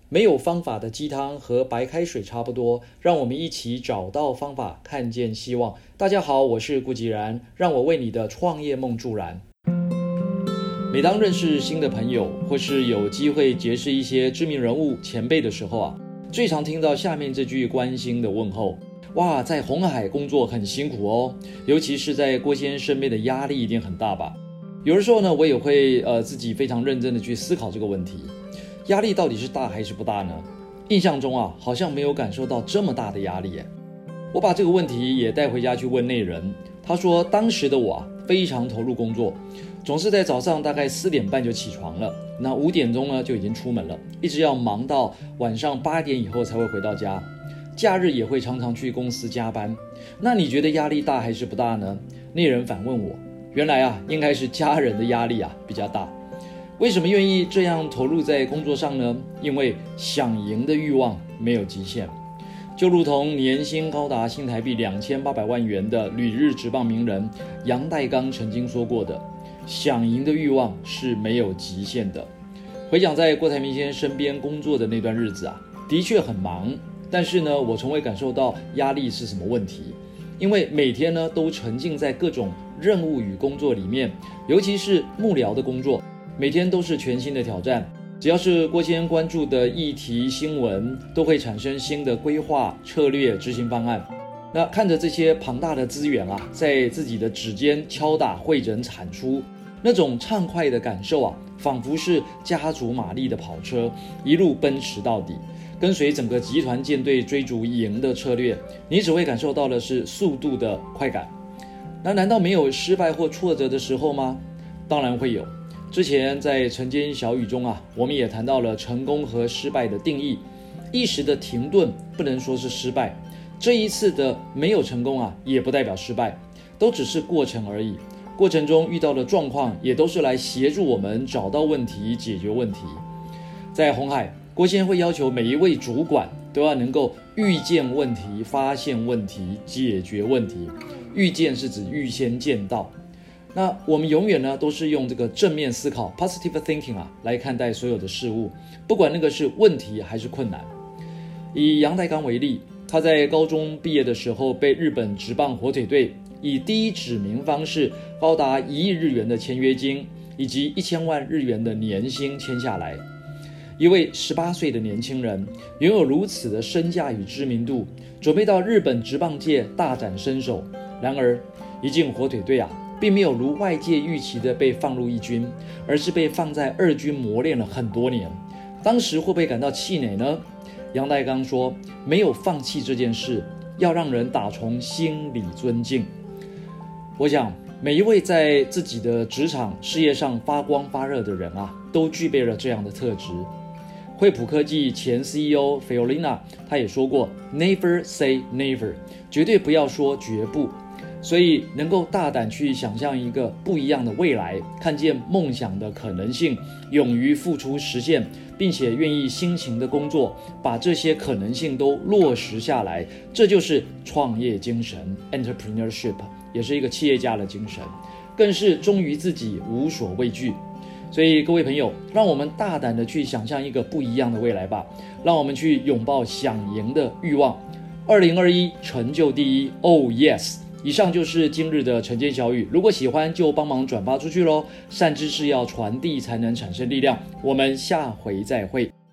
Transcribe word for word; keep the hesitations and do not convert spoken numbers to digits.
没有方法的鸡汤和白开水差不多，让我们一起找到方法，看见希望。大家好，我是顾吉然，让我为你的创业梦助燃。每当认识新的朋友，或是有机会结识一些知名人物前辈的时候啊，最常听到下面这句关心的问候：哇，在鸿海工作很辛苦哦，尤其是在郭先生身边的压力一定很大吧？有的时候呢，我也会呃自己非常认真的去思考这个问题。压力到底是大还是不大呢？印象中啊，好像没有感受到这么大的压力耶。我把这个问题也带回家去问内人，他说当时的我啊，非常投入工作，总是在早上大概四点半就起床了，那五点钟呢就已经出门了，一直要忙到晚上八点以后才会回到家。假日也会常常去公司加班。那你觉得压力大还是不大呢？内人反问我，原来啊，应该是家人的压力啊比较大。为什么愿意这样投入在工作上呢？因为想赢的欲望没有极限。就如同年薪高达新台币两千八百万元的旅日职棒名人杨代刚曾经说过的，想赢的欲望是没有极限的。回想在郭台铭先生身边工作的那段日子啊，的确很忙，但是呢，我从未感受到压力是什么问题，因为每天呢都沉浸在各种任务与工作里面，尤其是幕僚的工作。每天都是全新的挑战，只要是郭先生关注的议题新闻，都会产生新的规划、策略、执行方案。那看着这些庞大的资源啊，在自己的指尖敲打、汇整、产出，那种畅快的感受啊，仿佛是加足马力的跑车，一路奔驰到底，跟随整个集团舰队追逐赢的策略，你只会感受到的是速度的快感。那难道没有失败或挫折的时候吗？当然会有。之前在晨间小语中啊，我们也谈到了成功和失败的定义。一时的停顿不能说是失败，这一次的没有成功啊，也不代表失败，都只是过程而已。过程中遇到的状况也都是来协助我们找到问题、解决问题。在鸿海，郭先生会要求每一位主管都要能够预见问题、发现问题、解决问题。预见是指预先见到。那我们永远呢都是用这个正面思考 positive thinking 啊来看待所有的事物，不管那个是问题还是困难。以杨代刚为例，他在高中毕业的时候被日本职棒火腿队以第一指名方式高达一亿日元的签约金以及一千万日元的年薪签下来。一位十八岁的年轻人拥有如此的身价与知名度，准备到日本职棒界大展身手。然而一进火腿队啊，并没有如外界预期的被放入一军，而是被放在二军磨练了很多年。当时会不会感到气馁呢？杨代刚说，没有放弃这件事，要让人打从心里尊敬。我想每一位在自己的职场事业上发光发热的人啊，都具备了这样的特质。惠普科技前 C E O Fiolina 他也说过 Never say never， 绝对不要说绝不。所以能够大胆去想象一个不一样的未来，看见梦想的可能性，勇于付出实现，并且愿意辛勤的工作，把这些可能性都落实下来，这就是创业精神 entrepreneurship， 也是一个企业家的精神，更是忠于自己，无所畏惧。所以各位朋友，让我们大胆的去想象一个不一样的未来吧，让我们去拥抱想赢的欲望。二零二一成就第一 Oh yes。以上就是今日的晨间小语，如果喜欢就帮忙转发出去咯，善知识要传递才能产生力量，我们下回再会。